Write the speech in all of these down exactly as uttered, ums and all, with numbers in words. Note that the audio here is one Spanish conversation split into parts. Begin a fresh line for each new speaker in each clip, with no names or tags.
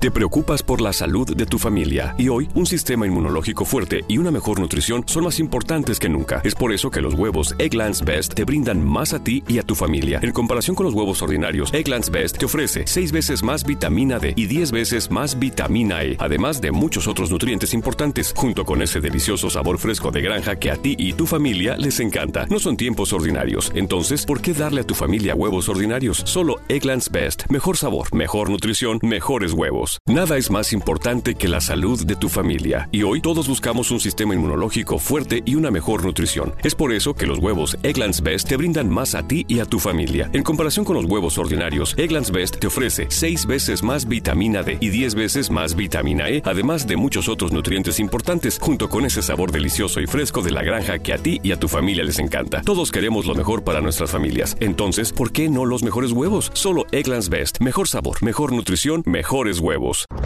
Te preocupas por la salud de tu familia y hoy un sistema inmunológico fuerte y una mejor nutrición son más importantes que nunca. Es por eso que los huevos Eggland's Best te brindan más a ti y a tu familia. En comparación con los huevos ordinarios, Eggland's Best te ofrece seis veces más vitamina D y diez veces más vitamina E, además de muchos otros nutrientes importantes, junto con ese delicioso sabor fresco de granja que a ti y tu familia les encanta. No son tiempos ordinarios, entonces, ¿por qué darle a tu familia huevos ordinarios? Solo Eggland's Best. Mejor sabor, mejor nutrición, mejores huevos. Nada es más importante que la salud de tu familia, y hoy todos buscamos un sistema inmunológico fuerte y una mejor nutrición. Es por eso que los huevos Eggland's Best te brindan más a ti y a tu familia. En comparación con los huevos ordinarios, Eggland's Best te ofrece seis veces más vitamina D y diez veces más vitamina E, además de muchos otros nutrientes importantes, junto con ese sabor delicioso y fresco de la granja que a ti y a tu familia les encanta. Todos queremos lo mejor para nuestras familias, entonces, ¿por qué no los mejores huevos? Solo Eggland's Best. Mejor sabor, mejor nutrición, mejores huevos.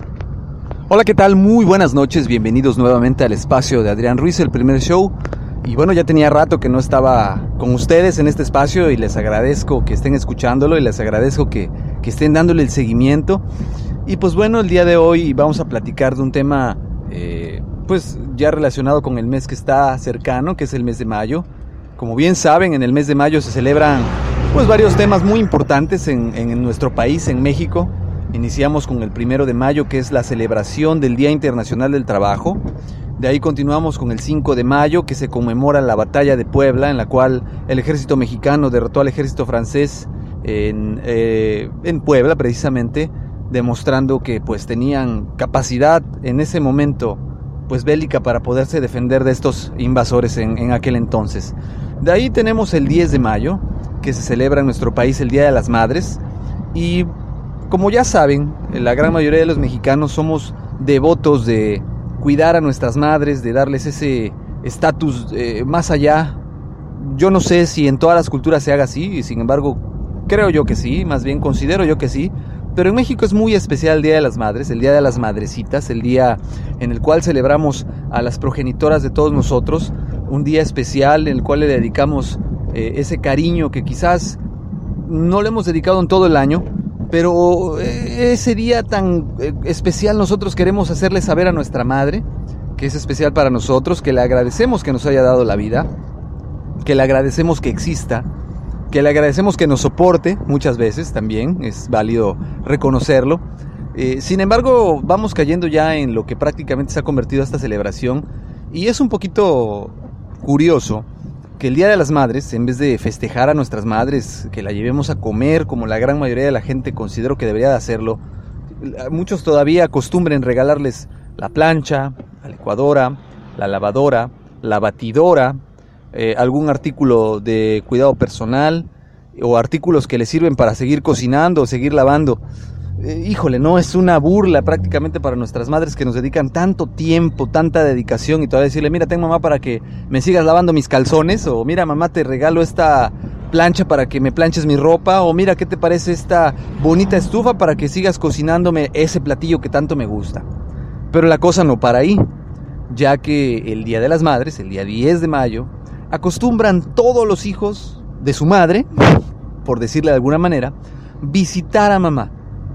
Hola, ¿qué tal? Muy buenas noches, bienvenidos nuevamente al espacio de Adrián Ruiz, el primer show. Y bueno, ya tenía rato que no estaba con ustedes en este espacio y les agradezco que estén escuchándolo y les agradezco que, que estén dándole el seguimiento. Y pues bueno, el día de hoy vamos a platicar de un tema eh, pues ya relacionado con el mes que está cercano, que es el mes de mayo. Como bien saben, en el mes de mayo se celebran pues varios temas muy importantes en, en nuestro país, en México. Iniciamos con el primero de mayo, que es la celebración del Día Internacional del Trabajo. De ahí continuamos con el cinco de mayo, que se conmemora la batalla de Puebla, en la cual el ejército mexicano derrotó al ejército francés en, eh, en Puebla, precisamente, demostrando que pues tenían capacidad en ese momento pues bélica para poderse defender de estos invasores en, en aquel entonces. De ahí tenemos el diez de mayo, que se celebra en nuestro país el Día de las Madres, y como ya saben, la gran mayoría de los mexicanos somos devotos de cuidar a nuestras madres, de darles ese estatus eh, más allá. Yo no sé si en todas las culturas se haga así, y sin embargo, creo yo que sí, más bien considero yo que sí. Pero en México es muy especial el Día de las Madres, el Día de las Madrecitas, el día en el cual celebramos a las progenitoras de todos nosotros, un día especial en el cual le dedicamos eh, ese cariño que quizás no le hemos dedicado en todo el año. Pero ese día tan especial nosotros queremos hacerle saber a nuestra madre que es especial para nosotros, que le agradecemos que nos haya dado la vida, que le agradecemos que exista, que le agradecemos que nos soporte muchas veces también, es válido reconocerlo. Eh, sin embargo, vamos cayendo ya en lo que prácticamente se ha convertido esta celebración, y es un poquito curioso que el Día de las Madres, en vez de festejar a nuestras madres, que la llevemos a comer como la gran mayoría de la gente considero que debería de hacerlo, muchos todavía acostumbren regalarles la plancha, la licuadora, la lavadora, la batidora, eh, algún artículo de cuidado personal o artículos que les sirven para seguir cocinando o seguir lavando. Eh, híjole, no, es una burla prácticamente para nuestras madres que nos dedican tanto tiempo, tanta dedicación, y todavía decirle, mira, ten mamá para que me sigas lavando mis calzones, o mira mamá, te regalo esta plancha para que me planches mi ropa, o mira, ¿qué te parece esta bonita estufa para que sigas cocinándome ese platillo que tanto me gusta? Pero la cosa no para ahí, ya que el Día de las Madres, el día diez de mayo, acostumbran todos los hijos de su madre, por decirle de alguna manera, visitar a mamá.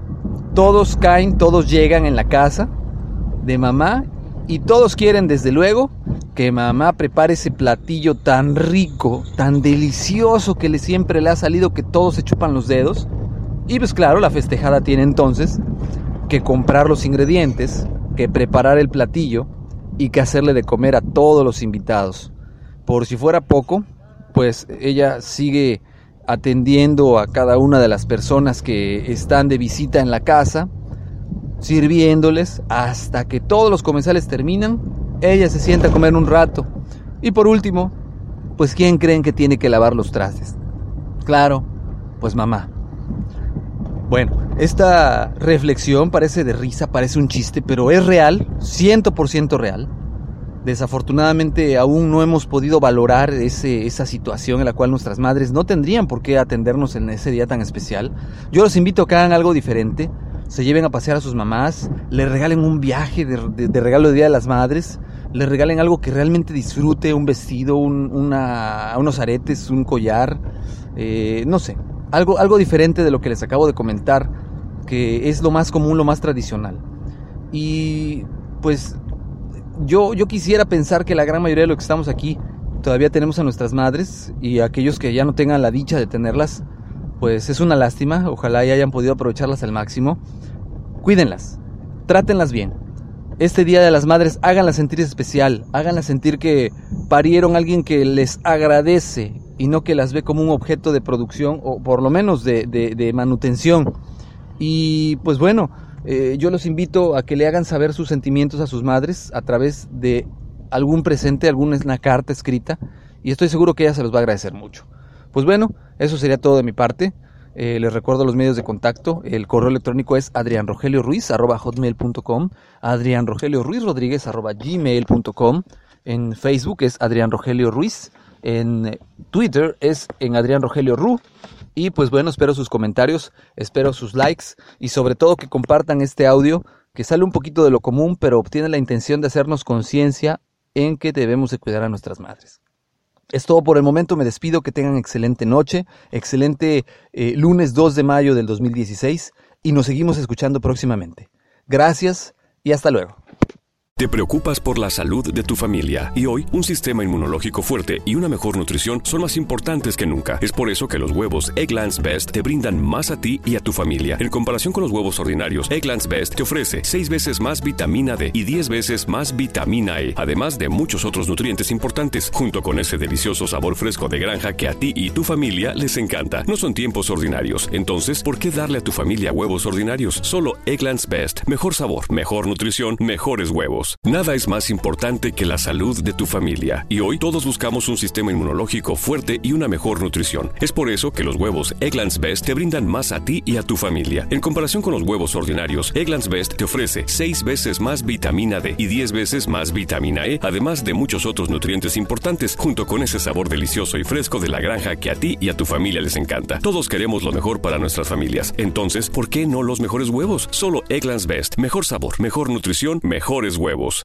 Todos caen, todos llegan en la casa de mamá y todos quieren desde luego que mamá prepare ese platillo tan rico, tan delicioso que le siempre le ha salido que todos se chupan los dedos. Y pues claro, la festejada tiene entonces que comprar los ingredientes, que preparar el platillo y que hacerle de comer a todos los invitados. Por si fuera poco, pues ella sigue atendiendo a cada una de las personas que están de visita en la casa, sirviéndoles hasta que todos los comensales terminan. Ella se sienta a comer un rato y por último, pues ¿quién creen que tiene que lavar los trastes? Claro, pues mamá. Bueno, esta reflexión parece de risa, parece un chiste, pero es real, cien por ciento real. Desafortunadamente aún no hemos podido valorar ese, esa situación en la cual nuestras madres no tendrían por qué atendernos en ese día tan especial. Yo los invito a que hagan algo diferente, se lleven a pasear a sus mamás, les regalen un viaje de, de, de regalo de Día de las Madres, les regalen algo que realmente disfrute, un vestido, un, una, unos aretes, un collar, eh, no sé, algo, algo diferente de lo que les acabo de comentar, que es lo más común, lo más tradicional. Y pues yo, yo quisiera pensar que la gran mayoría de los que estamos aquí todavía tenemos a nuestras madres, y aquellos que ya no tengan la dicha de tenerlas, pues es una lástima. Ojalá y hayan podido aprovecharlas al máximo. Cuídenlas, trátenlas bien. Este Día de las Madres háganlas sentir especial, háganlas sentir que parieron a alguien que les agradece y no que las ve como un objeto de producción, o por lo menos de, de, de manutención. Y pues bueno, eh, yo los invito a que le hagan saber sus sentimientos a sus madres a través de algún presente, alguna carta escrita, y estoy seguro que ella se los va a agradecer mucho. Pues bueno, eso sería todo de mi parte. Eh, les recuerdo los medios de contacto. El correo electrónico es adrianrogelioruiz arroba hotmail punto com, adrianrogelioruizrodríguez arroba gmail punto com. En Facebook es Adrián Rogelio Ruiz. En Twitter es en Adrián Rogelio Ru. Y pues bueno, espero sus comentarios, espero sus likes y sobre todo que compartan este audio que sale un poquito de lo común, pero tiene la intención de hacernos conciencia en que debemos de cuidar a nuestras madres. Es todo por el momento, me despido, que tengan excelente noche, excelente eh, lunes dos de mayo del dos mil dieciséis y nos seguimos escuchando próximamente. Gracias y hasta luego.
Te preocupas por la salud de tu familia y hoy un sistema inmunológico fuerte y una mejor nutrición son más importantes que nunca. Es por eso que los huevos Egglands Best te brindan más a ti y a tu familia. En comparación con los huevos ordinarios, Egglands Best te ofrece seis veces más vitamina D y diez veces más vitamina E, además de muchos otros nutrientes importantes, junto con ese delicioso sabor fresco de granja que a ti y tu familia les encanta. No son tiempos ordinarios, entonces, ¿por qué darle a tu familia huevos ordinarios? Solo Egglands Best. Mejor sabor, mejor nutrición, mejores huevos. Nada es más importante que la salud de tu familia, y hoy todos buscamos un sistema inmunológico fuerte y una mejor nutrición. Es por eso que los huevos Egglands Best te brindan más a ti y a tu familia. En comparación con los huevos ordinarios, Egglands Best te ofrece seis veces más vitamina D y diez veces más vitamina E, además de muchos otros nutrientes importantes, junto con ese sabor delicioso y fresco de la granja que a ti y a tu familia les encanta. Todos queremos lo mejor para nuestras familias. Entonces, ¿por qué no los mejores huevos? Solo Egglands Best. Mejor sabor, mejor nutrición, mejores huevos.